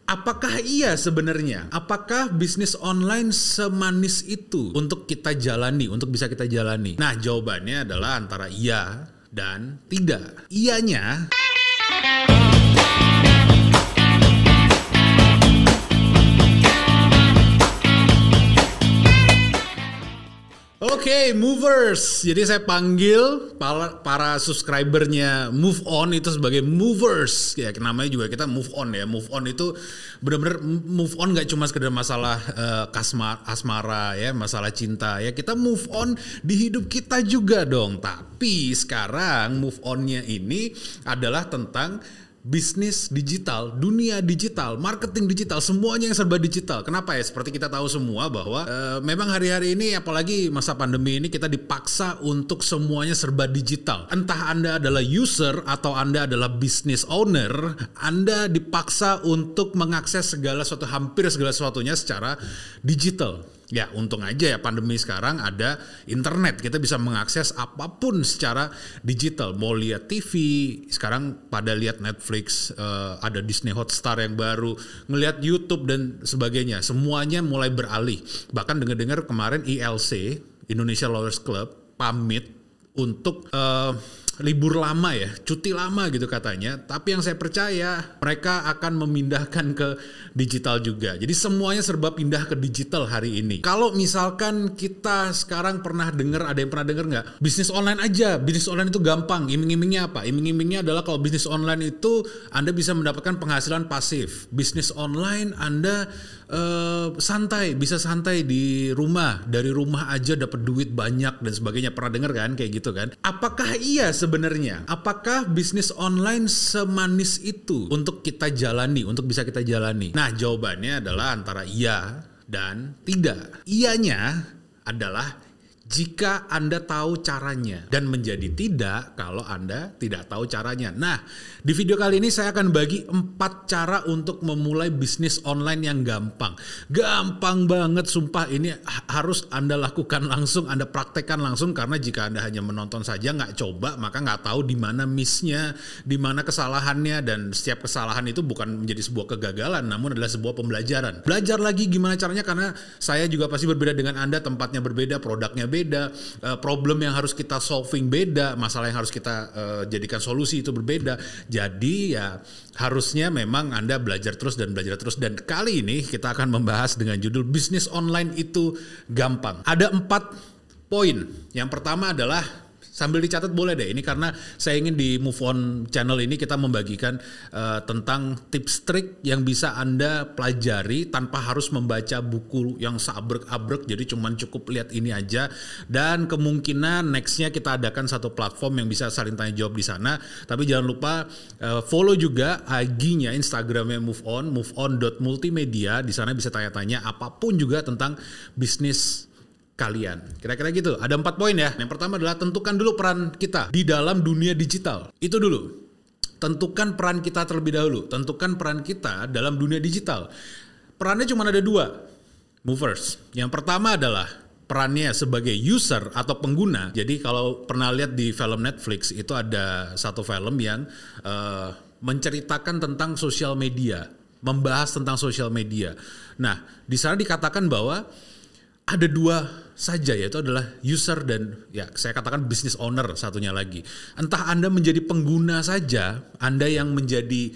Apakah iya sebenarnya? Apakah bisnis online semanis itu untuk kita jalani, untuk bisa kita jalani? Nah, jawabannya adalah antara iya dan tidak. Iyanya, Oke, movers. Jadi saya panggil para subscribernya Move On itu sebagai movers. Ya, namanya juga kita move on ya. Move on itu benar-benar move on gak cuma sekedar masalah asmara ya, masalah cinta ya. Kita move on di hidup kita juga dong. Tapi sekarang move on-nya ini adalah tentang bisnis digital, dunia digital, marketing digital, semuanya yang serba digital. Kenapa ya? Seperti kita tahu semua bahwa memang hari-hari ini apalagi masa pandemi ini kita dipaksa untuk semuanya serba digital. Entah Anda adalah user atau Anda adalah business owner, Anda dipaksa untuk mengakses hampir segala sesuatunya secara digital. Ya, untung aja ya pandemi sekarang ada internet. Kita bisa mengakses apapun secara digital. Mau lihat TV, sekarang pada lihat Netflix, ada Disney Hotstar yang baru, ngelihat YouTube dan sebagainya. Semuanya mulai beralih. Bahkan dengar-dengar kemarin ILC, Indonesia Lawyers Club, pamit untuk libur lama ya, cuti lama gitu katanya. Tapi yang saya percaya mereka akan memindahkan ke digital juga. Jadi semuanya serba pindah ke digital hari ini. Kalau misalkan kita sekarang ada yang pernah dengar nggak? Bisnis online aja, bisnis online itu gampang. Iming-imingnya apa? Iming-imingnya adalah kalau bisnis online itu Anda bisa mendapatkan penghasilan pasif. Bisnis online Anda bisa santai di rumah, dari rumah aja dapat duit banyak dan sebagainya. Pernah dengar kan kayak gitu kan? Apakah iya sebenarnya? Apakah bisnis online semanis itu untuk kita jalani, untuk bisa kita jalani? Nah, jawabannya adalah antara iya dan tidak. Iyanya adalah jika Anda tahu caranya, dan menjadi tidak kalau Anda tidak tahu caranya. Nah, di video kali ini saya akan bagi 4 cara untuk memulai bisnis online yang gampang. Gampang banget, sumpah ini harus Anda lakukan langsung, Anda praktekkan langsung, karena jika Anda hanya menonton saja nggak coba, maka nggak tahu di mana miss-nya, di mana kesalahannya, dan setiap kesalahan itu bukan menjadi sebuah kegagalan, namun adalah sebuah pembelajaran. Belajar lagi gimana caranya, karena saya juga pasti berbeda dengan Anda, tempatnya berbeda, produknya beda, problem yang harus kita solving beda, masalah yang harus kita jadikan solusi itu berbeda. Jadi ya harusnya memang Anda belajar terus. Dan kali ini kita akan membahas dengan judul bisnis online itu gampang. Ada 4 poin. Yang pertama adalah, sambil dicatat boleh deh, ini karena saya ingin di Move On channel ini kita membagikan tentang tips trik yang bisa Anda pelajari tanpa harus membaca buku yang seabrek-abrek, jadi cuman cukup lihat ini aja. Dan kemungkinan nextnya kita adakan satu platform yang bisa saling tanya jawab di sana. Tapi jangan lupa follow juga IG-nya, Instagramnya Move on.multimedia. Di sana bisa tanya-tanya apapun juga tentang bisnis kalian. Kira-kira gitu. Ada 4 poin ya. Yang pertama adalah tentukan dulu peran kita di dalam dunia digital. Itu dulu. Tentukan peran kita terlebih dahulu. Tentukan peran kita dalam dunia digital. Perannya cuma ada 2. Movers. Yang pertama adalah perannya sebagai user atau pengguna. Jadi kalau pernah lihat di film Netflix, itu ada satu film yang menceritakan tentang sosial media, membahas tentang sosial media. Nah, di sana dikatakan bahwa ada 2 saja, yaitu adalah user dan ya saya katakan business owner satunya lagi. Entah Anda menjadi pengguna saja, Anda yang menjadi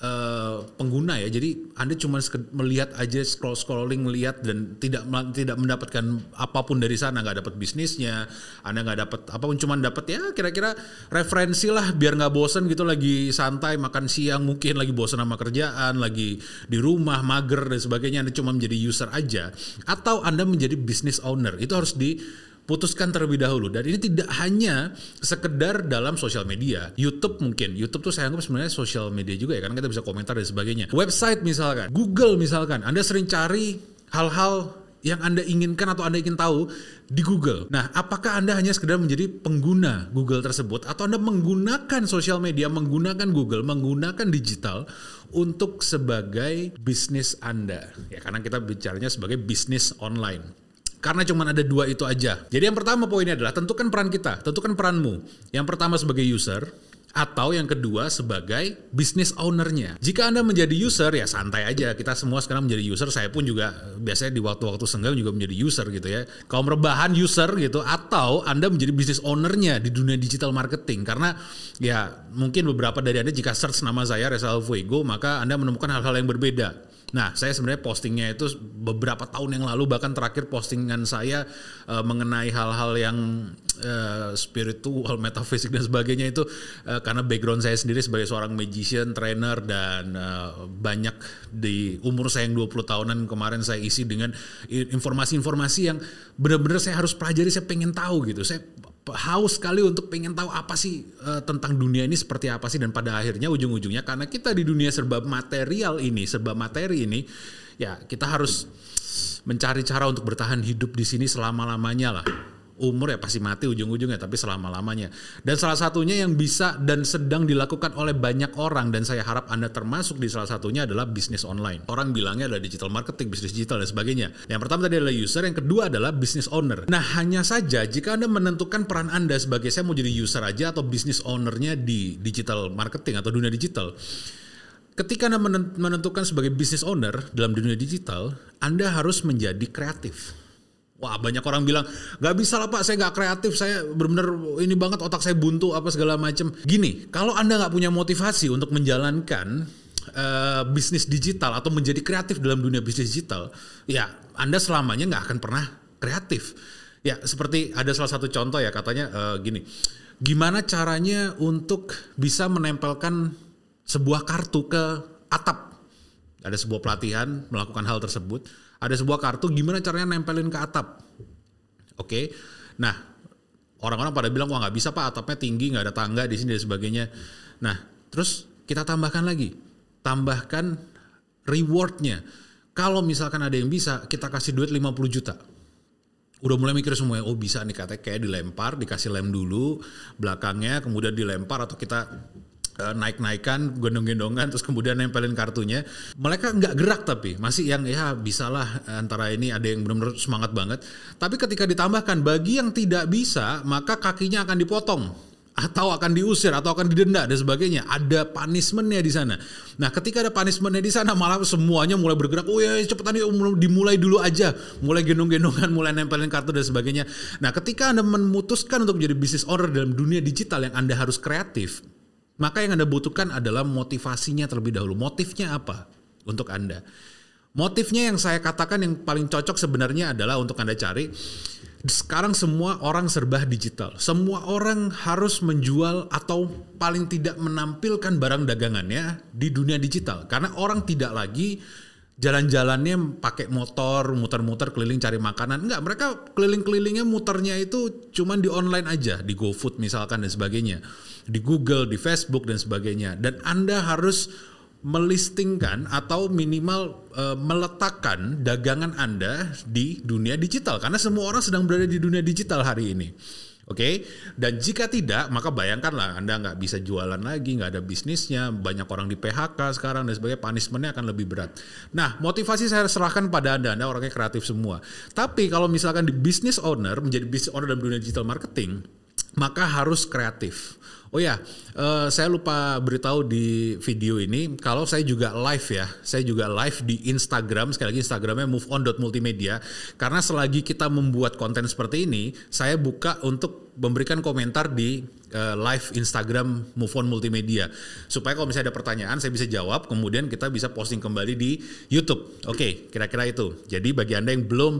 pengguna ya. Jadi Anda cuma melihat aja, scrolling melihat dan tidak mendapatkan apapun dari sana, nggak dapat bisnisnya, Anda nggak dapat apapun, cuma dapat ya kira-kira referensi lah biar nggak bosan gitu, lagi santai makan siang mungkin lagi bosan sama kerjaan, lagi di rumah mager dan sebagainya, Anda cuma menjadi user aja. Atau Anda menjadi business owner, itu harus putuskan terlebih dahulu. Dan ini tidak hanya sekedar dalam sosial media. YouTube tuh saya anggap sebenarnya sosial media juga ya, karena kita bisa komentar dan sebagainya. Website misalkan, Google misalkan, Anda sering cari hal-hal yang Anda inginkan atau Anda ingin tahu di Google. Nah, apakah Anda hanya sekedar menjadi pengguna Google tersebut, atau Anda menggunakan sosial media, menggunakan Google, menggunakan digital untuk sebagai bisnis Anda? Ya, karena kita bicaranya sebagai bisnis online. Karena cuma ada 2 itu aja. Jadi yang pertama poinnya adalah tentukan peran kita, tentukan peranmu. Yang pertama sebagai user, Atau yang kedua sebagai business owner-nya. Jika Anda menjadi user ya santai aja. Kita semua sekarang menjadi user. Saya pun juga biasanya di waktu-waktu senggang juga menjadi user gitu ya. Kaum rebahan user gitu. Atau Anda menjadi business owner-nya di dunia digital marketing. Karena ya mungkin beberapa dari Anda jika search nama saya Reza Alfuego maka Anda menemukan hal-hal yang berbeda. Nah, saya sebenarnya postingnya itu beberapa tahun yang lalu, bahkan terakhir postingan saya mengenai hal-hal yang spiritual, metafisik dan sebagainya itu karena background saya sendiri sebagai seorang magician, trainer dan banyak di umur saya yang 20 tahunan kemarin saya isi dengan informasi-informasi yang benar-benar saya harus pelajari, saya pengen tahu gitu. Saya haus sekali untuk pengen tahu apa sih tentang dunia ini seperti apa sih, dan pada akhirnya ujung-ujungnya karena kita di dunia serba material ini, serba materi ini, ya kita harus mencari cara untuk bertahan hidup di sini selama-lamanya lah. Umur ya pasti mati ujung-ujungnya, tapi selama-lamanya. Dan salah satunya yang bisa dan sedang dilakukan oleh banyak orang, dan saya harap Anda termasuk di salah satunya adalah bisnis online. Orang bilangnya adalah digital marketing, bisnis digital dan sebagainya. Yang pertama tadi adalah user, yang kedua adalah business owner. Nah, hanya saja jika Anda menentukan peran Anda sebagai saya mau jadi user aja atau business ownernya di digital marketing atau dunia digital. Ketika Anda menentukan sebagai business owner dalam dunia digital, Anda harus menjadi kreatif. Wah, banyak orang bilang gak bisa lah Pak, saya gak kreatif, saya benar-benar ini banget, otak saya buntu apa segala macam. Gini, kalau Anda gak punya motivasi untuk menjalankan bisnis digital atau menjadi kreatif dalam dunia bisnis digital, ya Anda selamanya gak akan pernah kreatif. Ya seperti ada salah satu contoh ya, katanya gini, gimana caranya untuk bisa menempelkan sebuah kartu ke atap. Ada sebuah pelatihan melakukan hal tersebut. Ada sebuah kartu gimana caranya nempelin ke atap. Oke. Nah, orang-orang pada bilang wah nggak bisa Pak, atapnya tinggi, nggak ada tangga di sini dan sebagainya. Nah, terus kita tambahkan lagi. Tambahkan rewardnya. Kalau misalkan ada yang bisa, kita kasih duit 50 juta. Udah mulai mikir semuanya, oh bisa nih, katanya kayak dilempar, dikasih lem dulu belakangnya, kemudian dilempar atau kita naik-naikan, gendong-gendongan, terus kemudian nempelin kartunya. Mereka nggak gerak tapi masih yang ya bisalah, antara ini ada yang benar-benar semangat banget. Tapi ketika ditambahkan bagi yang tidak bisa, maka kakinya akan dipotong atau akan diusir atau akan didenda dan sebagainya. Ada punishment-nya di sana. Nah, ketika ada punishment-nya di sana, malah semuanya mulai bergerak. Oh ya, cepetan yuk, dimulai dulu aja. Mulai gendong-gendongan, mulai nempelin kartu dan sebagainya. Nah, ketika Anda memutuskan untuk menjadi business owner dalam dunia digital yang Anda harus kreatif, maka yang Anda butuhkan adalah motivasinya terlebih dahulu. Motifnya apa untuk Anda? Motifnya yang saya katakan yang paling cocok sebenarnya adalah untuk Anda cari. Sekarang semua orang serba digital. Semua orang harus menjual atau paling tidak menampilkan barang dagangannya di dunia digital. Karena orang tidak lagi jalan-jalannya pakai motor, muter-muter keliling cari makanan. Enggak, mereka keliling-kelilingnya muternya itu cuman di online aja, di GoFood misalkan dan sebagainya, di Google, di Facebook dan sebagainya. Dan Anda harus melistingkan atau minimal meletakkan dagangan Anda di dunia digital, karena semua orang sedang berada di dunia digital hari ini. Oke, dan jika tidak, maka bayangkanlah Anda nggak bisa jualan lagi, nggak ada bisnisnya, banyak orang di PHK sekarang dan sebagainya, punishment-nya akan lebih berat. Nah, motivasi saya serahkan pada Anda orangnya kreatif semua. Tapi kalau misalkan di business owner, menjadi business owner dalam dunia digital marketing, maka harus kreatif. Oh ya, saya lupa beritahu di video ini kalau saya juga live ya. Saya juga live di Instagram, sekali lagi Instagramnya moveon.multimedia. Karena selagi kita membuat konten seperti ini, saya buka untuk memberikan komentar di live Instagram Move On Multimedia. Supaya kalau misalnya ada pertanyaan, saya bisa jawab, kemudian kita bisa posting kembali di YouTube. Oke, kira-kira itu. Jadi bagi Anda yang belum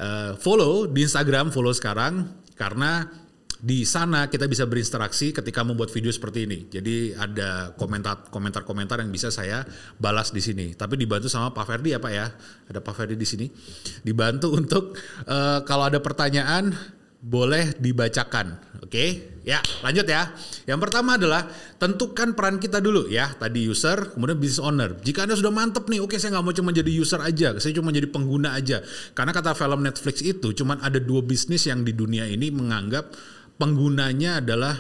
follow di Instagram, follow sekarang, karena di sana kita bisa berinteraksi ketika membuat video seperti ini. Jadi ada komentar-komentar yang bisa saya balas di sini. Tapi dibantu sama Pak Ferdi ya Pak ya. Ada Pak Ferdi di sini. Dibantu untuk kalau ada pertanyaan boleh dibacakan. Oke? Ya, lanjut ya. Yang pertama adalah tentukan peran kita dulu ya. Tadi user, kemudian business owner. Jika Anda sudah mantep nih, oke saya nggak mau cuma jadi user aja, saya cuma jadi pengguna aja. Karena kata film Netflix itu cuma ada 2 bisnis yang di dunia ini menganggap penggunanya adalah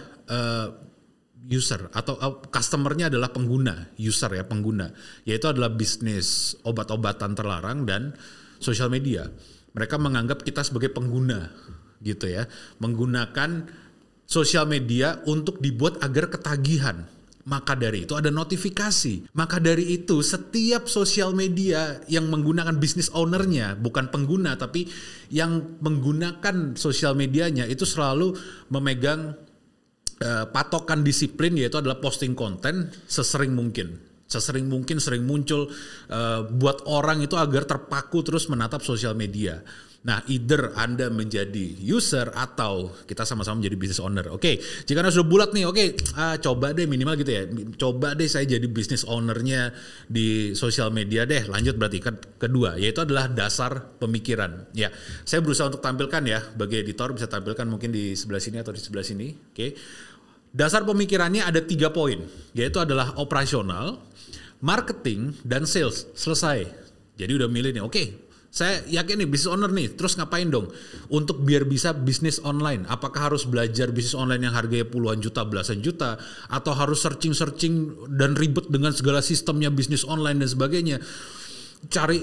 user atau customernya adalah pengguna, user ya pengguna, yaitu adalah bisnis obat-obatan terlarang dan sosial media. Mereka menganggap kita sebagai pengguna gitu ya, menggunakan sosial media untuk dibuat agar ketagihan. Maka dari itu ada notifikasi. Maka dari itu setiap sosial media yang menggunakan business ownernya, bukan pengguna tapi yang menggunakan sosial medianya itu selalu memegang patokan disiplin, yaitu adalah posting konten sesering mungkin. Sesering mungkin sering muncul buat orang itu agar terpaku terus menatap sosial media. Nah, either Anda menjadi user atau kita sama-sama menjadi business owner. Oke, jika Anda sudah bulat nih, coba deh minimal gitu ya. Coba deh saya jadi business ownernya di sosial media deh. Lanjut berarti kedua, yaitu adalah dasar pemikiran. Ya, saya berusaha untuk tampilkan ya, bagi editor bisa tampilkan mungkin di sebelah sini atau di sebelah sini. Oke. Dasar pemikirannya ada 3 poin, yaitu adalah operasional, marketing, dan sales. Selesai. Jadi udah milih nih, oke. Saya yakin nih business owner nih, terus ngapain dong? Untuk biar bisa bisnis online, apakah harus belajar bisnis online yang harganya puluhan juta, belasan juta, atau harus searching dan ribet dengan segala sistemnya bisnis online dan sebagainya? Cari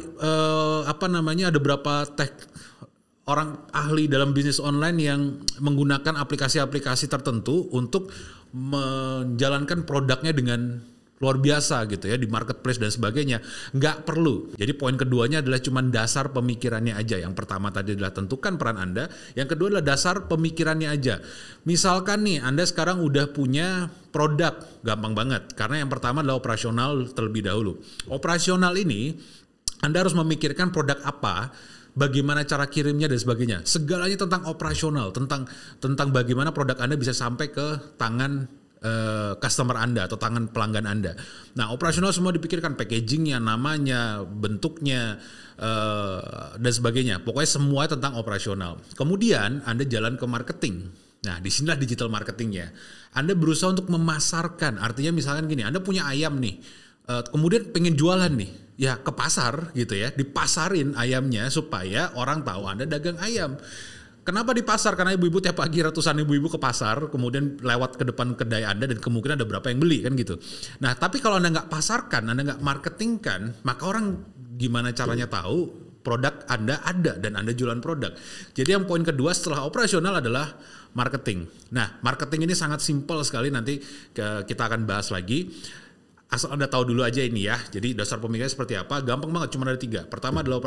ada berapa orang ahli dalam bisnis online yang menggunakan aplikasi-aplikasi tertentu untuk menjalankan produknya dengan luar biasa gitu ya di marketplace dan sebagainya. Nggak perlu. Jadi poin keduanya adalah cuma dasar pemikirannya aja. Yang pertama tadi adalah tentukan peran Anda. Yang kedua adalah dasar pemikirannya aja. Misalkan nih Anda sekarang udah punya produk, gampang banget. Karena yang pertama adalah operasional terlebih dahulu. Operasional ini Anda harus memikirkan produk apa, bagaimana cara kirimnya dan sebagainya. Segalanya tentang operasional, tentang bagaimana produk Anda bisa sampai ke tangan customer Anda atau tangan pelanggan Anda. Nah, operasional semua dipikirkan, packagingnya, namanya, bentuknya, dan sebagainya. Pokoknya semua tentang operasional. Kemudian Anda jalan ke marketing. Nah, disinilah digital marketingnya. Anda berusaha untuk memasarkan. Artinya misalkan gini, Anda punya ayam nih, kemudian pengen jualan nih, ya ke pasar gitu ya, dipasarin ayamnya supaya orang tahu Anda dagang ayam. Kenapa di pasar? Karena ibu-ibu tiap pagi ratusan ibu-ibu ke pasar, kemudian lewat ke depan kedai Anda dan kemungkinan ada berapa yang beli kan gitu. Nah, tapi kalau Anda nggak pasarkan, Anda nggak marketingkan, maka orang gimana caranya tahu produk Anda ada dan Anda jualan produk. Jadi yang poin kedua setelah operasional adalah marketing. Nah, marketing ini sangat simpel sekali, nanti kita akan bahas lagi. Asal Anda tahu dulu aja ini ya. Jadi dasar pemikirannya seperti apa? Gampang banget, cuma ada 3. Pertama adalah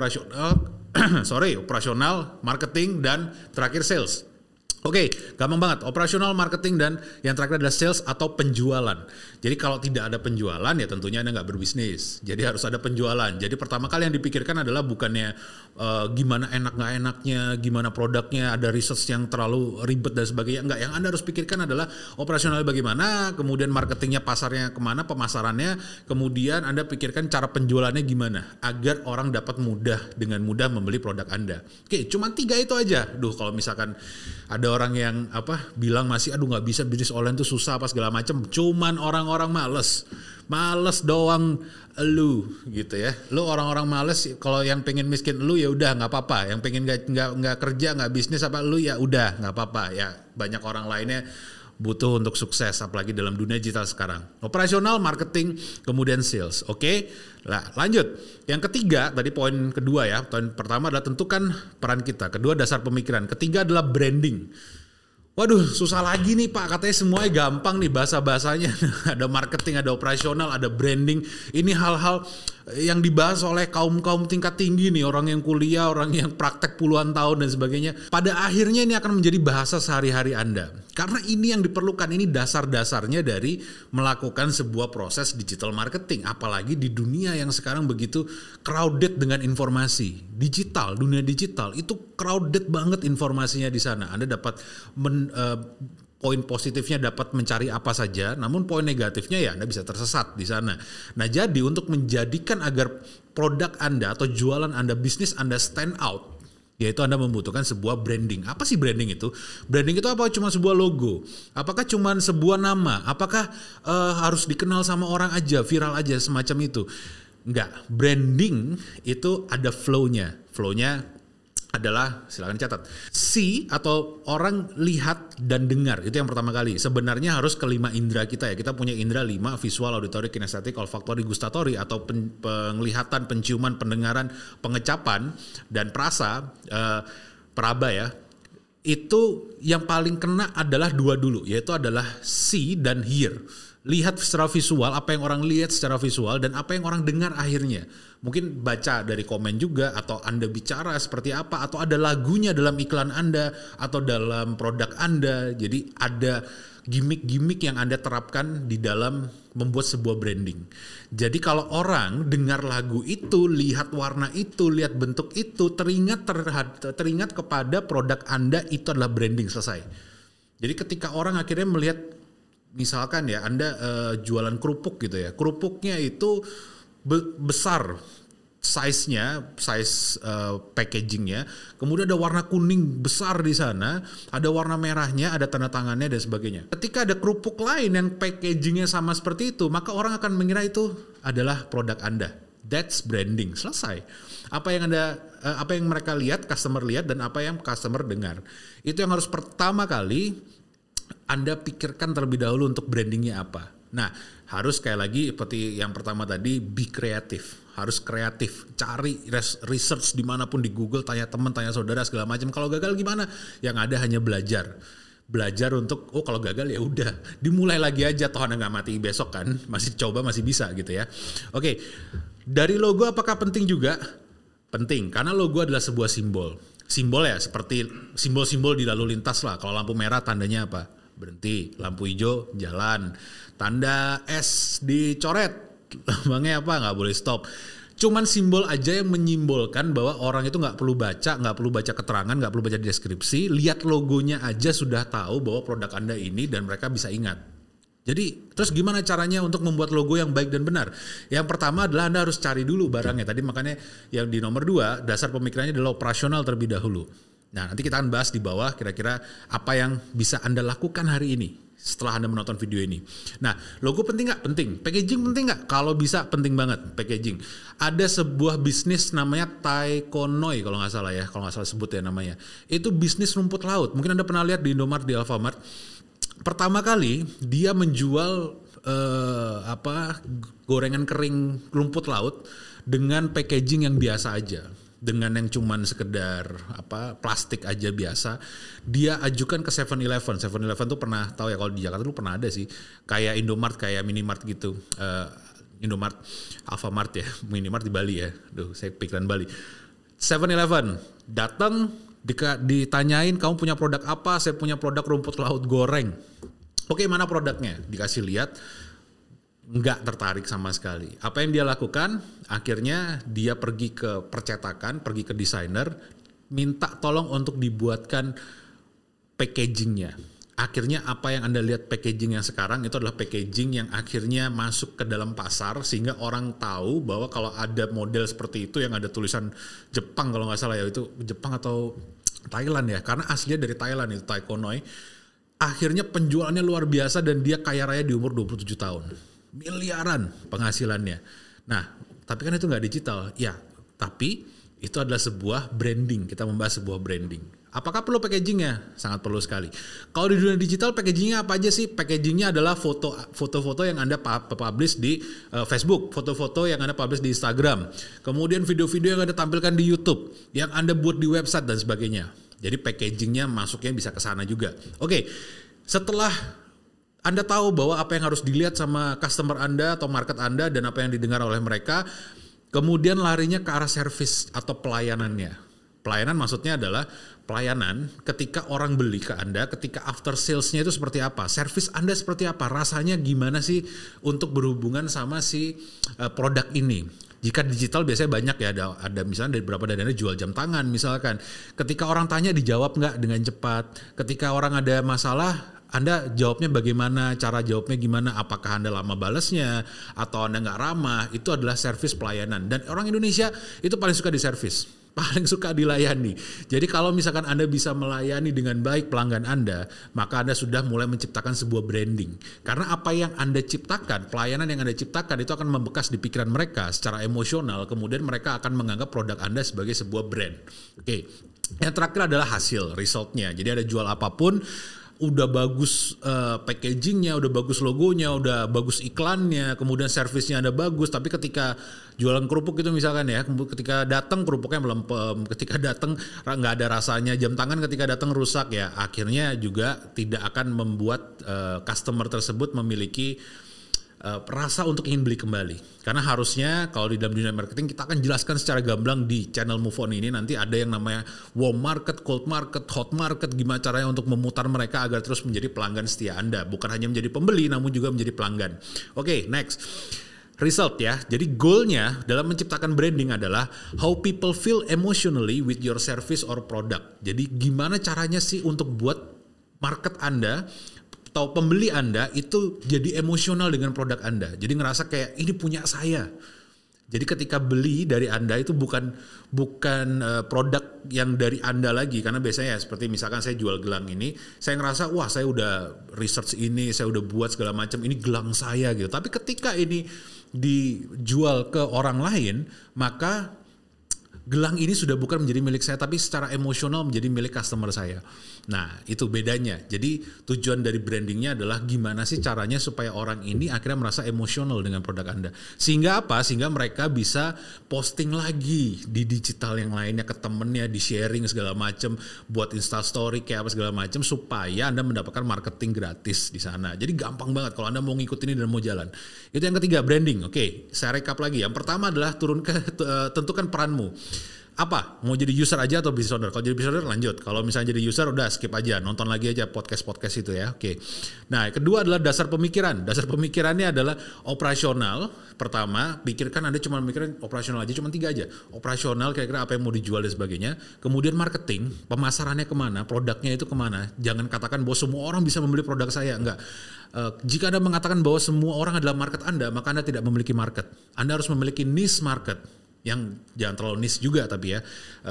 operasional, marketing, dan terakhir sales. Oke, gampang banget. Operasional, marketing, dan yang terakhir adalah sales atau penjualan. Jadi kalau tidak ada penjualan ya tentunya Anda nggak berbisnis. Jadi harus ada penjualan. Jadi pertama kali yang dipikirkan adalah bukannya gimana enak nggak enaknya, gimana produknya, ada research yang terlalu ribet dan sebagainya. Enggak, yang Anda harus pikirkan adalah operasional bagaimana, kemudian marketingnya, pasarnya kemana, pemasarannya, kemudian Anda pikirkan cara penjualannya gimana agar orang dapat dengan mudah membeli produk Anda. Oke, cuma 3 itu aja. Kalau misalkan ada orang yang bilang masih nggak bisa bisnis online tuh susah apa segala macam, cuman orang-orang males doang lu gitu ya. Lu orang-orang males, kalau yang pengen miskin lu ya udah nggak apa-apa, yang pengen nggak kerja nggak bisnis lu ya udah nggak apa-apa ya. Banyak orang lainnya butuh untuk sukses, apalagi dalam dunia digital sekarang. Operasional, marketing, kemudian sales. Oke? Nah, lanjut. Yang ketiga, tadi poin kedua ya. Poin pertama adalah tentukan peran kita. Kedua, dasar pemikiran. Ketiga adalah branding. Waduh, susah lagi nih Pak, katanya semuanya gampang nih bahasa-bahasanya. Ada marketing, ada operasional, ada branding. Ini hal-hal yang dibahas oleh kaum-kaum tingkat tinggi nih, orang yang kuliah, orang yang praktek puluhan tahun dan sebagainya. Pada akhirnya ini akan menjadi bahasa sehari-hari Anda. Karena ini yang diperlukan, ini dasar-dasarnya dari melakukan sebuah proses digital marketing. Apalagi di dunia yang sekarang begitu crowded dengan informasi. Dunia digital itu crowded banget informasinya di sana. Anda dapat poin positifnya dapat mencari apa saja, namun poin negatifnya ya Anda bisa tersesat di sana. Nah, jadi untuk menjadikan agar produk Anda atau jualan Anda, bisnis Anda stand out, yaitu Anda membutuhkan sebuah branding. Apa sih branding itu? Branding itu apa? Cuma sebuah logo? Apakah cuma sebuah nama? Apakah harus dikenal sama orang aja, viral aja, semacam itu? Enggak. Branding itu ada flow-nya. Flow-nya adalah, silakan catat, see atau orang lihat dan dengar. Itu yang pertama kali. Sebenarnya harus kelima indera kita ya. Kita punya indera 5, visual, auditory, kinestetik, olfaktori, gustatori, atau penglihatan, penciuman, pendengaran, pengecapan, dan perasa, peraba ya. itu yang paling kena adalah dua dulu, yaitu adalah see dan hear. Lihat secara visual, apa yang orang lihat secara visual dan apa yang orang dengar akhirnya. Mungkin baca dari komen juga, atau Anda bicara seperti apa, atau ada lagunya dalam iklan Anda atau dalam produk Anda. Jadi ada gimmick-gimmick yang Anda terapkan di dalam membuat sebuah branding. Jadi kalau orang dengar lagu itu, lihat warna itu, lihat bentuk itu, teringat kepada produk Anda, itu adalah branding, selesai. Jadi ketika orang akhirnya melihat, misalkan ya Anda jualan kerupuk gitu ya, kerupuknya itu besar, size packagingnya, kemudian ada warna kuning besar di sana, ada warna merahnya, ada tanda tangannya dan sebagainya. Ketika ada kerupuk lain yang packagingnya sama seperti itu, maka orang akan mengira itu adalah produk Anda. That's branding, selesai. Apa yang mereka lihat, customer lihat, dan apa yang customer dengar. Itu yang harus pertama kali Anda pikirkan terlebih dahulu untuk brandingnya apa. Nah, harus sekali lagi seperti yang pertama tadi, be kreatif. Harus kreatif, cari research dimanapun di Google, tanya teman, tanya saudara segala macam. Kalau gagal gimana? Yang ada hanya belajar untuk kalau gagal ya udah dimulai lagi aja, toh Anda nggak mati besok kan, masih coba masih bisa gitu ya. Oke, dari logo apakah penting juga? Penting, karena logo adalah sebuah simbol ya, seperti simbol-simbol di lalu lintas lah. Kalau lampu merah tandanya apa? Berhenti. Lampu hijau jalan. Tanda S dicoret, lambangnya apa? Nggak boleh stop. Cuman simbol aja yang menyimbolkan bahwa orang itu nggak perlu baca keterangan, nggak perlu baca deskripsi, lihat logonya aja sudah tahu bahwa produk Anda ini, dan mereka bisa ingat. Jadi terus gimana caranya untuk membuat logo yang baik dan benar? Yang pertama adalah Anda harus cari dulu barangnya. Tadi makanya yang di nomor 2, dasar pemikirannya adalah operasional terlebih dahulu. Nah, nanti kita akan bahas di bawah kira-kira apa yang bisa Anda lakukan hari ini setelah Anda menonton video ini. Nah, logo penting nggak? Penting. Packaging penting nggak? Kalau bisa penting banget packaging. Ada sebuah bisnis namanya Taekonoi kalau nggak salah sebut ya namanya. Itu bisnis rumput laut. Mungkin Anda pernah lihat di Indomaret, di Alfamart. Pertama kali dia menjual gorengan kering rumput laut dengan packaging yang biasa aja. Dengan yang cuman sekedar plastik aja biasa, dia ajukan ke 7-Eleven. 7-Eleven tuh pernah tahu ya, kalau di Jakarta tuh pernah ada sih, kayak Indomart, kayak Minimart gitu. Indomart, Alfamart ya, Minimart di Bali ya. Saya pikiran Bali. 7-Eleven datang, ditanyain kamu punya produk apa? Saya punya produk rumput laut goreng. Oke, mana produknya? Dikasih lihat. Nggak tertarik sama sekali. Apa yang dia lakukan? Akhirnya dia pergi ke percetakan, pergi ke desainer, minta tolong untuk dibuatkan packagingnya. Akhirnya apa yang Anda lihat packaging yang sekarang itu adalah packaging yang akhirnya masuk ke dalam pasar, sehingga orang tahu bahwa kalau ada model seperti itu yang ada tulisan Jepang kalau nggak salah ya, itu Jepang atau Thailand ya, karena aslinya dari Thailand itu Taekonoi. Akhirnya penjualannya luar biasa dan dia kaya raya di umur 27 tahun. Miliaran penghasilannya. Nah, tapi kan itu nggak digital. Ya, tapi itu adalah sebuah branding. Kita membahas sebuah branding. Apakah perlu packagingnya? Sangat perlu sekali. Kalau di dunia digital, packagingnya apa aja sih? Packagingnya adalah foto-foto yang Anda publish di Facebook, foto-foto yang Anda publish di Instagram, kemudian video-video yang Anda tampilkan di YouTube, yang Anda buat di website dan sebagainya. Jadi packagingnya masuknya bisa ke sana juga. Oke, setelah Anda tahu bahwa apa yang harus dilihat sama customer Anda atau market Anda dan apa yang didengar oleh mereka, kemudian larinya ke arah service atau pelayanannya. Pelayanan maksudnya adalah pelayanan ketika orang beli ke Anda, ketika after sales-nya itu seperti apa, service Anda seperti apa, rasanya gimana sih untuk berhubungan sama si produk ini. Jika digital biasanya banyak ya, ada misalnya dari beberapa daerah jual jam tangan misalkan. Ketika orang tanya dijawab nggak dengan cepat, ketika orang ada masalah Anda jawabnya bagaimana, cara jawabnya gimana, apakah Anda lama balasnya atau Anda nggak ramah, itu adalah servis pelayanan. Dan orang Indonesia itu paling suka di servis, paling suka dilayani. Jadi kalau misalkan Anda bisa melayani dengan baik pelanggan Anda, maka Anda sudah mulai menciptakan sebuah branding. Karena apa yang Anda ciptakan, pelayanan yang Anda ciptakan itu akan membekas di pikiran mereka secara emosional, kemudian mereka akan menganggap produk Anda sebagai sebuah brand. Oke. Yang terakhir adalah hasil, resultnya. Jadi ada jual apapun, udah bagus packagingnya, udah bagus logonya, udah bagus iklannya, kemudian servisnya ada bagus, tapi ketika jualan kerupuk itu misalkan ya, ketika datang kerupuknya melempem, ketika datang nggak ada rasanya, jam tangan ketika datang rusak ya, akhirnya juga tidak akan membuat customer tersebut memiliki rasa untuk ingin beli kembali. Karena harusnya kalau di dalam dunia marketing kita akan jelaskan secara gamblang di channel Move On ini, nanti ada yang namanya warm market, cold market, hot market, gimana caranya untuk memutar mereka agar terus menjadi pelanggan setia Anda, bukan hanya menjadi pembeli namun juga menjadi pelanggan. Oke, next. Result ya. Jadi goalnya dalam menciptakan branding adalah how people feel emotionally with your service or product. Jadi gimana caranya sih untuk buat market Anda atau pembeli Anda itu jadi emosional dengan produk Anda. Jadi ngerasa kayak ini punya saya. Jadi ketika beli dari Anda itu bukan produk yang dari Anda lagi. Karena biasanya ya seperti misalkan saya jual gelang ini, saya ngerasa wah saya udah research ini, saya udah buat segala macam, ini gelang saya gitu. Tapi ketika ini dijual ke orang lain, maka gelang ini sudah bukan menjadi milik saya, tapi secara emosional menjadi milik customer saya. Nah, itu bedanya. Jadi tujuan dari brandingnya adalah gimana sih caranya supaya orang ini akhirnya merasa emosional dengan produk Anda. Sehingga apa? Sehingga mereka bisa posting lagi di digital yang lainnya ke temennya, di sharing segala macam, buat Instastory kayak apa segala macam, supaya Anda mendapatkan marketing gratis di sana. Jadi gampang banget kalau Anda mau ngikutin ini dan mau jalan. Itu yang ketiga, branding. Oke, saya recap lagi. Yang pertama adalah tentukan peranmu. Apa? Mau jadi user aja atau business owner? Kalau jadi business owner lanjut. Kalau misalnya jadi user udah skip aja, nonton lagi aja podcast itu ya. Oke. Nah, kedua adalah dasar pemikiran. Dasar pemikirannya adalah operasional. Pertama, pikirkan Anda cuma mikirin operasional aja, cuma 3 aja. Operasional kira-kira apa yang mau dijual dan sebagainya. Kemudian marketing, pemasarannya kemana, produknya itu kemana. Jangan katakan bahwa semua orang bisa membeli produk saya, enggak. Jika Anda mengatakan bahwa semua orang adalah market Anda, maka Anda tidak memiliki market. Anda harus memiliki niche market. Yang jangan terlalu niche juga tapi ya,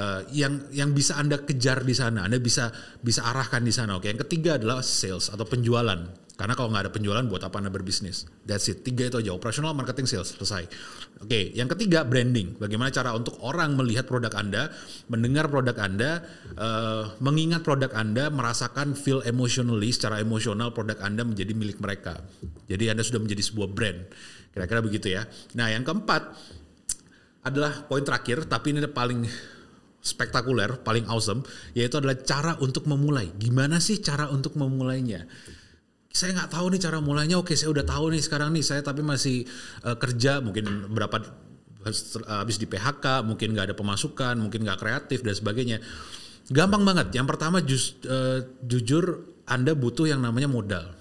yang bisa Anda kejar di sana, Anda bisa arahkan di sana. Oke, yang ketiga adalah sales atau penjualan. Karena kalau nggak ada penjualan, buat apa Anda berbisnis? That's it. 3 itu aja, operasional, marketing, sales, selesai. Oke, yang ketiga branding. Bagaimana cara untuk orang melihat produk Anda, mendengar produk Anda, mengingat produk Anda, merasakan feel emotionally, secara emosional produk Anda menjadi milik mereka. Jadi Anda sudah menjadi sebuah brand. Kira-kira begitu ya. Nah, yang keempat adalah poin terakhir, tapi ini paling spektakuler, paling awesome, yaitu adalah cara untuk memulai. Gimana sih cara untuk memulainya? Saya nggak tahu nih cara mulainya. Oke, saya udah tahu nih sekarang nih, saya tapi masih kerja, mungkin berapa habis di PHK, mungkin nggak ada pemasukan, mungkin nggak kreatif dan sebagainya. Gampang banget. Yang pertama jujur Anda butuh yang namanya modal.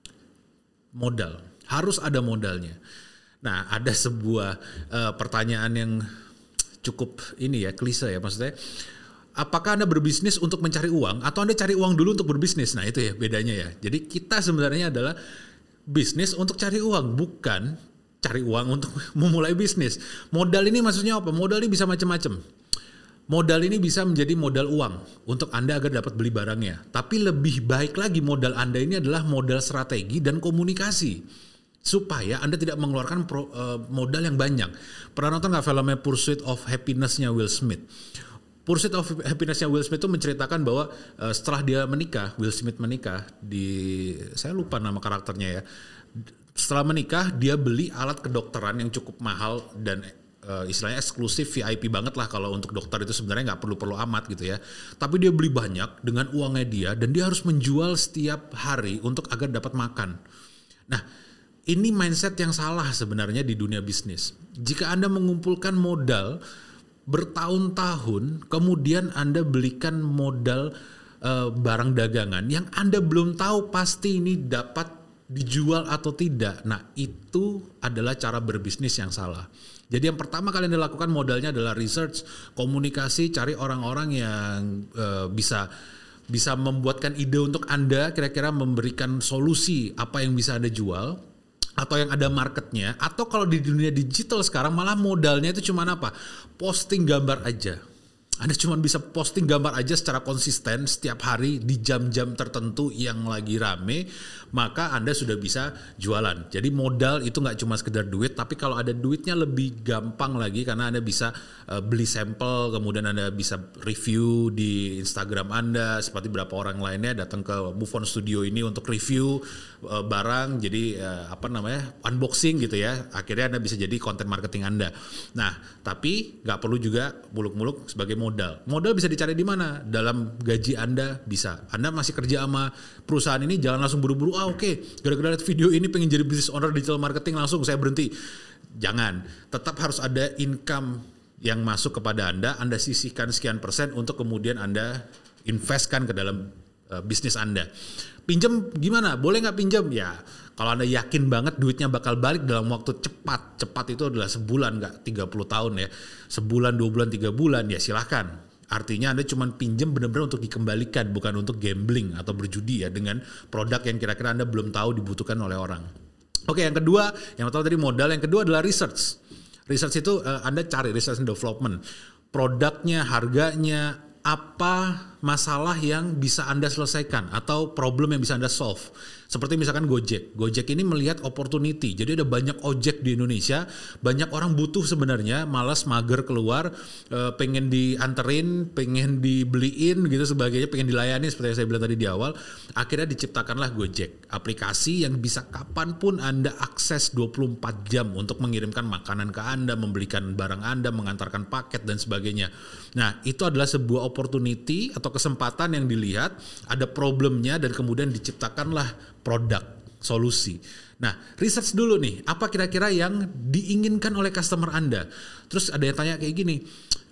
Modal. Harus ada modalnya. Nah, ada sebuah pertanyaan yang cukup ini ya, klise ya, maksudnya apakah Anda berbisnis untuk mencari uang atau Anda cari uang dulu untuk berbisnis? Nah, itu ya bedanya ya. Jadi kita sebenarnya adalah bisnis untuk cari uang, bukan cari uang untuk memulai bisnis. Modal ini maksudnya apa? Modal ini bisa macam-macam. Modal ini bisa menjadi modal uang untuk Anda agar dapat beli barangnya. Tapi lebih baik lagi modal Anda ini adalah modal strategi dan komunikasi. Supaya Anda tidak mengeluarkan modal yang banyak. Pernah nonton nggak filmnya Pursuit of Happiness-nya Will Smith? Pursuit of Happiness-nya Will Smith itu menceritakan bahwa setelah dia menikah, Will Smith menikah saya lupa nama karakternya ya. Setelah menikah, dia beli alat kedokteran yang cukup mahal dan istilahnya eksklusif VIP banget lah kalau untuk dokter itu sebenarnya nggak perlu amat gitu ya. Tapi dia beli banyak dengan uangnya dia dan dia harus menjual setiap hari untuk agar dapat makan. Nah, ini mindset yang salah sebenarnya di dunia bisnis. Jika Anda mengumpulkan modal bertahun-tahun, kemudian Anda belikan modal barang dagangan yang Anda belum tahu pasti ini dapat dijual atau tidak. Nah, itu adalah cara berbisnis yang salah. Jadi yang pertama kali Anda lakukan modalnya adalah research, komunikasi, cari orang-orang yang bisa membuatkan ide untuk Anda, kira-kira memberikan solusi apa yang bisa Anda jual. Atau yang ada marketnya, atau kalau di dunia digital sekarang malah modalnya itu cuma apa? Posting gambar aja. Anda cuma bisa posting gambar aja secara konsisten setiap hari di jam-jam tertentu yang lagi rame, maka Anda sudah bisa jualan. Jadi modal itu nggak cuma sekedar duit, tapi kalau ada duitnya lebih gampang lagi karena Anda bisa beli sampel, kemudian Anda bisa review di Instagram Anda, seperti berapa orang lainnya datang ke Move On Studio ini untuk review barang, jadi unboxing gitu ya. Akhirnya Anda bisa jadi konten marketing Anda. Nah, tapi nggak perlu juga muluk-muluk sebagai modal. Modal bisa dicari di mana? Dalam gaji Anda bisa. Anda masih kerja sama perusahaan ini, jangan langsung buru-buru, oke, gara-gara lihat video ini pengen jadi business owner digital marketing langsung saya berhenti. Jangan. Tetap harus ada income yang masuk kepada Anda sisihkan sekian persen untuk kemudian Anda investkan ke dalam bisnis Anda. Pinjam gimana? Boleh nggak pinjam? Ya, kalau Anda yakin banget duitnya bakal balik dalam waktu cepat. Cepat itu adalah sebulan, nggak 30 tahun ya. Sebulan, 2 bulan, 3 bulan, ya silahkan. Artinya Anda cuma pinjam benar-benar untuk dikembalikan, bukan untuk gambling atau berjudi ya dengan produk yang kira-kira Anda belum tahu dibutuhkan oleh orang. Oke, yang kedua, yang pertama tadi modal, yang kedua adalah research. Research itu Anda cari research and development. Produknya, harganya, apa masalah yang bisa Anda selesaikan atau problem yang bisa Anda solve. Seperti misalkan Gojek. Gojek ini melihat opportunity. Jadi ada banyak ojek di Indonesia, banyak orang butuh sebenarnya, malas mager keluar, pengen dianterin, pengen dibeliin gitu sebagainya, pengen dilayani seperti yang saya bilang tadi di awal. Akhirnya diciptakanlah Gojek, aplikasi yang bisa kapanpun Anda akses 24 jam untuk mengirimkan makanan ke Anda, membelikan barang Anda, mengantarkan paket dan sebagainya. Nah, itu adalah sebuah opportunity atau kesempatan yang dilihat, ada problemnya dan kemudian diciptakanlah produk, solusi. Nah, research dulu nih, apa kira-kira yang diinginkan oleh customer Anda. Terus ada yang tanya kayak gini,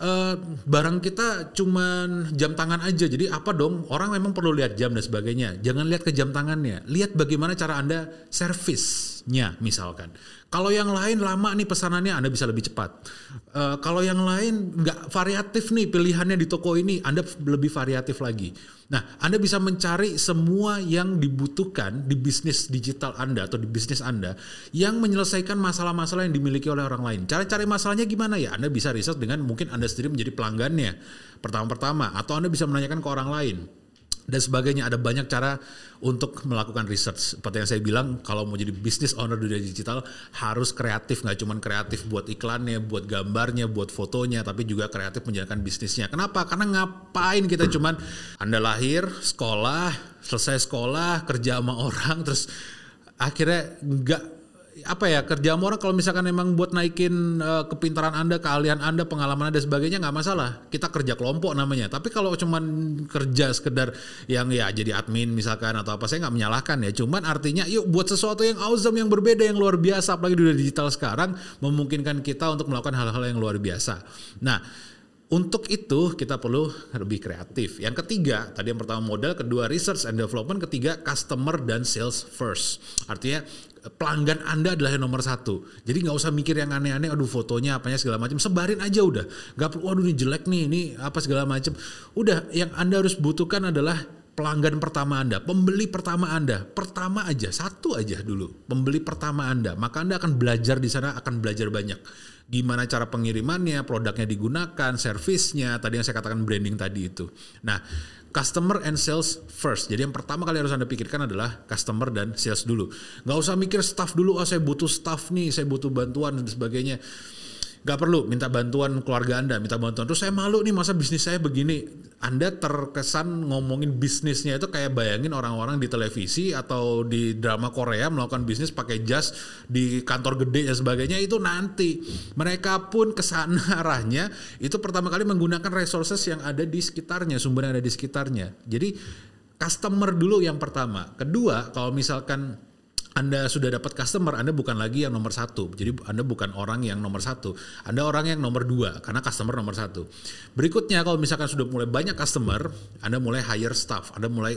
barang kita cuman jam tangan aja, jadi apa dong? Orang memang perlu lihat jam dan sebagainya. Jangan lihat ke jam tangannya, lihat bagaimana cara Anda servisnya misalkan. Kalau yang lain lama nih pesanannya, Anda bisa lebih cepat. Kalau yang lain nggak variatif nih pilihannya di toko ini, Anda lebih variatif lagi. Nah, Anda bisa mencari semua yang dibutuhkan di bisnis digital Anda atau di bisnis Anda yang menyelesaikan masalah-masalah yang dimiliki oleh orang lain. Cara cari masalahnya gimana ya? Anda bisa riset dengan mungkin Anda sendiri menjadi pelanggannya pertama-pertama, atau Anda bisa menanyakan ke orang lain dan sebagainya. Ada banyak cara untuk melakukan research. Seperti yang saya bilang, kalau mau jadi business owner di dunia digital harus kreatif, nggak cuma kreatif buat iklannya, buat gambarnya, buat fotonya, tapi juga kreatif menjalankan bisnisnya. Kenapa? Karena ngapain kita cuman Anda lahir, sekolah, selesai sekolah, kerja sama orang, terus akhirnya nggak kerja sama orang. Kalau misalkan memang buat naikin kepintaran Anda, keahlian Anda, pengalaman Anda dan sebagainya, nggak masalah. Kita kerja kelompok namanya. Tapi kalau cuman kerja sekedar yang ya jadi admin misalkan atau apa, saya nggak menyalahkan ya. Cuman artinya yuk buat sesuatu yang awesome, yang berbeda, yang luar biasa. Apalagi di dunia digital sekarang memungkinkan kita untuk melakukan hal-hal yang luar biasa. Nah, untuk itu kita perlu lebih kreatif. Yang ketiga, tadi yang pertama modal, kedua research and development, ketiga customer dan sales first. Artinya pelanggan Anda adalah yang nomor satu. Jadi nggak usah mikir yang aneh-aneh, aduh fotonya apanya segala macam, sebarin aja udah. Nggak perlu, waduh ini jelek nih, ini apa segala macam. Udah, yang Anda harus butuhkan adalah pelanggan pertama Anda, pembeli pertama Anda, pertama aja, satu aja dulu, pembeli pertama Anda. Maka Anda akan belajar di sana, akan belajar banyak. Gimana cara pengirimannya, produknya digunakan, servisnya, tadi yang saya katakan branding tadi itu. Nah, customer and sales first. Jadi yang pertama kali harus Anda pikirkan adalah customer dan sales dulu. Nggak usah mikir staff dulu, saya butuh staff nih, saya butuh bantuan dan sebagainya. Gak perlu minta bantuan keluarga Anda, minta bantuan. Terus saya malu nih, masa bisnis saya begini. Anda terkesan ngomongin bisnisnya itu kayak bayangin orang-orang di televisi atau di drama Korea melakukan bisnis pakai jas di kantor gede dan sebagainya. Itu nanti mereka pun kesana arahnya itu pertama kali menggunakan resources yang ada di sekitarnya, sumber yang ada di sekitarnya. Jadi customer dulu yang pertama. Kedua, kalau misalkan Anda sudah dapat customer, Anda bukan lagi yang nomor satu. Jadi Anda bukan orang yang nomor satu. Anda orang yang nomor dua, karena customer nomor satu. Berikutnya, kalau misalkan sudah mulai banyak customer, Anda mulai hire staff. Anda mulai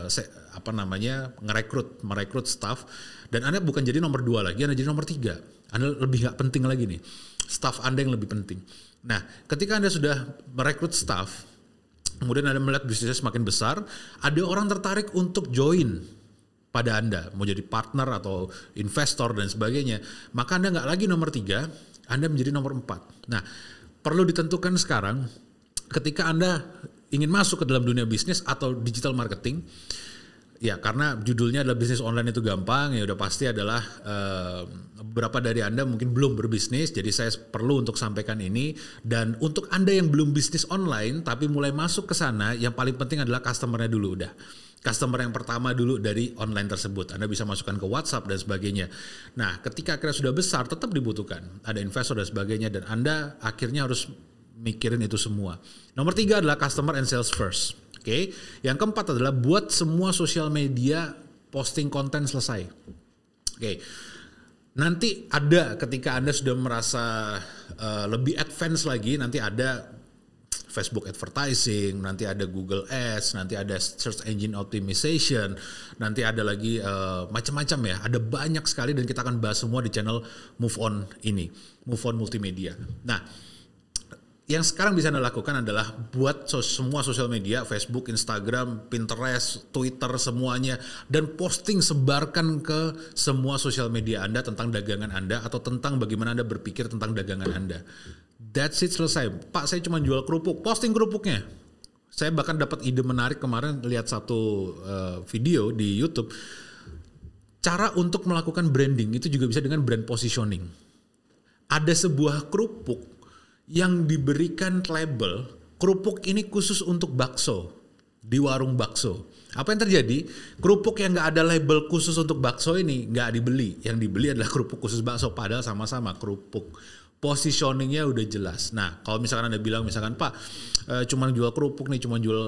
merekrut staff. Dan Anda bukan jadi nomor dua lagi, Anda jadi nomor tiga. Anda lebih gak penting lagi nih. Staff Anda yang lebih penting. Nah, ketika Anda sudah merekrut staff, kemudian Anda melihat bisnisnya semakin besar, ada orang tertarik untuk join pada Anda, mau jadi partner atau investor dan sebagainya, maka Anda nggak lagi nomor 3, Anda menjadi nomor 4. Nah, perlu ditentukan sekarang, ketika Anda ingin masuk ke dalam dunia bisnis atau digital marketing, ya karena judulnya adalah bisnis online itu gampang, ya udah pasti adalah beberapa dari Anda mungkin belum berbisnis, jadi saya perlu untuk sampaikan ini. Dan untuk Anda yang belum bisnis online tapi mulai masuk ke sana, yang paling penting adalah customer-nya dulu udah. Customer yang pertama dulu dari online tersebut. Anda bisa masukkan ke WhatsApp dan sebagainya. Nah, ketika akhirnya sudah besar tetap dibutuhkan. Ada investor dan sebagainya, dan Anda akhirnya harus mikirin itu semua. Nomor 3 adalah customer and sales first. Oke. Yang keempat adalah buat semua sosial media posting konten selesai. Oke. Nanti ada ketika Anda sudah merasa lebih advance lagi, nanti ada Facebook advertising, nanti ada Google Ads, nanti ada search engine optimization, nanti ada lagi macam-macam ya. Ada banyak sekali dan kita akan bahas semua di channel Move On ini, Move On Multimedia. Nah, yang sekarang bisa Anda lakukan adalah buat semua sosial media, Facebook, Instagram, Pinterest, Twitter, semuanya, dan posting, sebarkan ke semua sosial media Anda tentang dagangan Anda atau tentang bagaimana Anda berpikir tentang dagangan Anda. That's it, selesai. Pak, saya cuma jual kerupuk, posting kerupuknya. Saya bahkan dapat ide menarik kemarin, lihat satu video di YouTube. Cara untuk melakukan branding itu juga bisa dengan brand positioning. Ada sebuah kerupuk yang diberikan label, kerupuk ini khusus untuk bakso, di warung bakso. Apa yang terjadi? Kerupuk yang gak ada label khusus untuk bakso ini gak dibeli. Yang dibeli adalah kerupuk khusus bakso, padahal sama-sama kerupuk. Positioningnya udah jelas. Nah, kalau misalkan Anda bilang misalkan, Pak, cuma jual kerupuk nih, cuma jual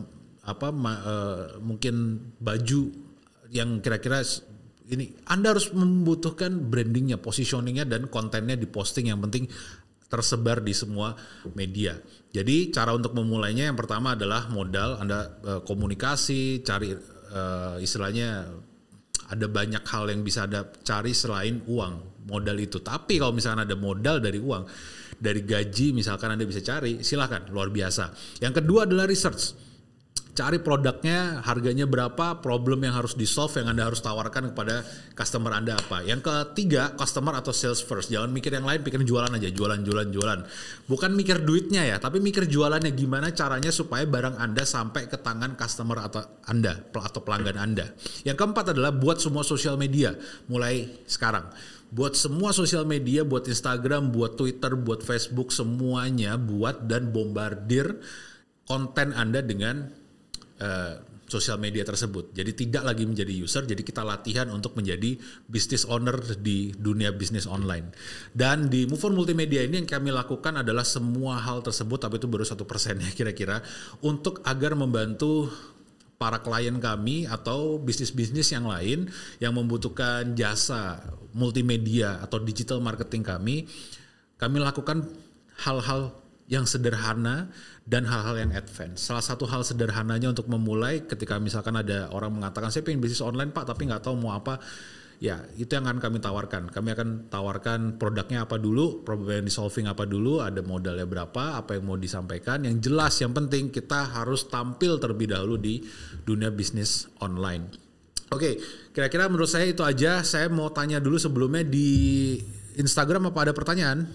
mungkin baju yang kira-kira ini, Anda harus membutuhkan brandingnya, positioningnya, dan kontennya diposting, yang penting tersebar di semua media. Jadi cara untuk memulainya yang pertama adalah modal. Anda komunikasi, cari istilahnya ada banyak hal yang bisa Anda cari selain uang, modal itu. Tapi kalau misalkan ada modal dari uang, dari gaji misalkan Anda bisa cari, silakan, luar biasa. Yang kedua adalah research. Cari produknya, harganya berapa, problem yang harus di-solve, yang Anda harus tawarkan kepada customer Anda apa. Yang ketiga, customer atau sales first. Jangan mikir yang lain, pikir jualan aja, jualan. Bukan mikir duitnya ya, tapi mikir jualannya, gimana caranya supaya barang Anda sampai ke tangan customer atau Anda, atau pelanggan Anda. Yang keempat adalah buat semua sosial media, mulai sekarang. Buat semua sosial media, buat Instagram, buat Twitter, buat Facebook, semuanya buat dan bombardir konten Anda dengan sosial media tersebut. Jadi tidak lagi menjadi user, jadi kita latihan untuk menjadi business owner di dunia bisnis online. Dan di Move On Multimedia ini yang kami lakukan adalah semua hal tersebut, tapi itu baru 1% ya kira-kira, untuk agar membantu para klien kami atau bisnis-bisnis yang lain yang membutuhkan jasa multimedia atau digital marketing kami lakukan hal-hal yang sederhana dan hal-hal yang advance. Salah satu hal sederhananya untuk memulai, ketika misalkan ada orang mengatakan saya pengen bisnis online Pak tapi nggak tahu mau apa, ya itu yang akan kami tawarkan. Kami akan tawarkan produknya apa dulu, problem yang di solving apa dulu, ada modalnya berapa, apa yang mau disampaikan. Yang jelas, yang penting kita harus tampil terlebih dahulu di dunia bisnis online. Oke, kira-kira menurut saya itu aja. Saya mau tanya dulu sebelumnya, di Instagram apa ada pertanyaan?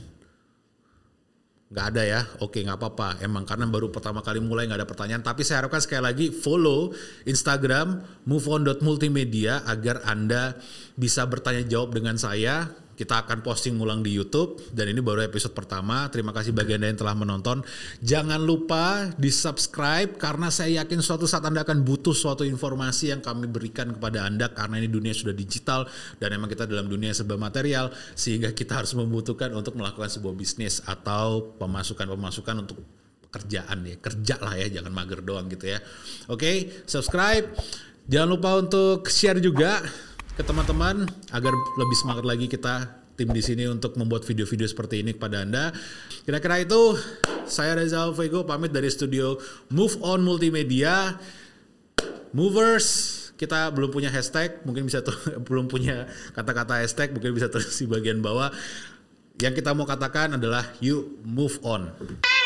Nggak ada ya? Oke, nggak apa-apa. Emang karena baru pertama kali mulai nggak ada pertanyaan. Tapi saya harapkan sekali lagi follow Instagram moveon.multimedia agar Anda bisa bertanya jawab dengan saya. Kita akan posting ulang di YouTube dan ini baru episode pertama. Terima kasih bagi Anda yang telah menonton. Jangan lupa di-subscribe karena saya yakin suatu saat Anda akan butuh suatu informasi yang kami berikan kepada Anda, karena ini dunia sudah digital dan memang kita dalam dunia serba material, sehingga kita harus membutuhkan untuk melakukan sebuah bisnis atau pemasukan untuk pekerjaan ya. Kerja lah ya, jangan mager doang gitu ya. Oke, subscribe. Jangan lupa untuk share juga ke teman-teman agar lebih semangat lagi kita tim di sini untuk membuat video-video seperti ini kepada Anda. Kira-kira itu, saya Reza Alvego pamit dari studio Move On Multimedia. Movers, kita belum punya hashtag, mungkin bisa belum punya kata-kata hashtag, mungkin bisa tulis di bagian bawah. Yang kita mau katakan adalah you move on.